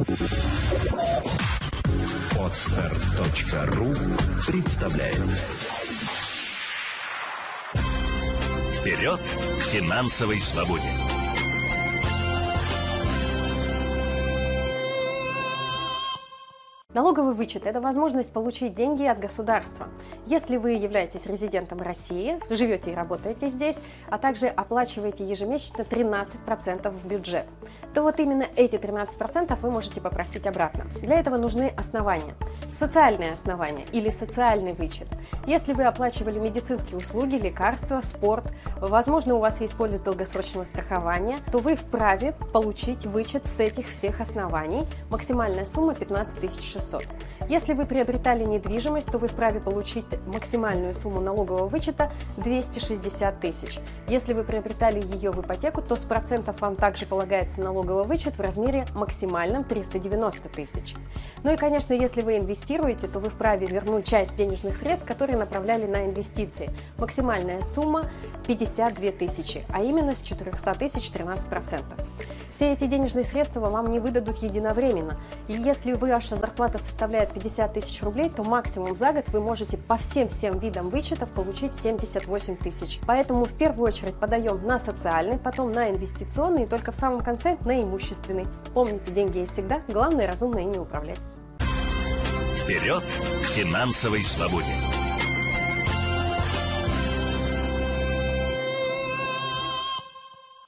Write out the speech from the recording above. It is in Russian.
Podster.ru представляет. Вперед к финансовой свободе! Налоговый вычет – это возможность получить деньги от государства. Если вы являетесь резидентом России, живете и работаете здесь, а также оплачиваете ежемесячно 13% в бюджет, то вот именно эти 13% вы можете попросить обратно. Для этого нужны основания. Социальные основания или социальный вычет. Если вы оплачивали медицинские услуги, лекарства, спорт, возможно, у вас есть полис долгосрочного страхования, то вы вправе получить вычет с этих всех оснований. Максимальная сумма 15 600. Если вы приобретали недвижимость, то вы вправе получить максимальную сумму налогового вычета 260 тысяч. Если вы приобретали ее в ипотеку, то с процентов вам также полагается налоговый вычет в размере максимальном 390 тысяч. Ну и, конечно, если вы инвестируете, то вы вправе вернуть часть денежных средств, которые направляли на инвестиции. Максимальная сумма 52 тысячи, а именно с 400 тысяч 13%. Все эти денежные средства вам не выдадут единовременно. И если ваша зарплата составляет 50 тысяч рублей, то максимум за год вы можете по всем видам вычетов получить 78 тысяч. Поэтому в первую очередь подаем на социальный, потом на инвестиционный и только в самом конце на имущественный. Помните, деньги есть всегда, главное разумно ими управлять. Вперед к финансовой свободе!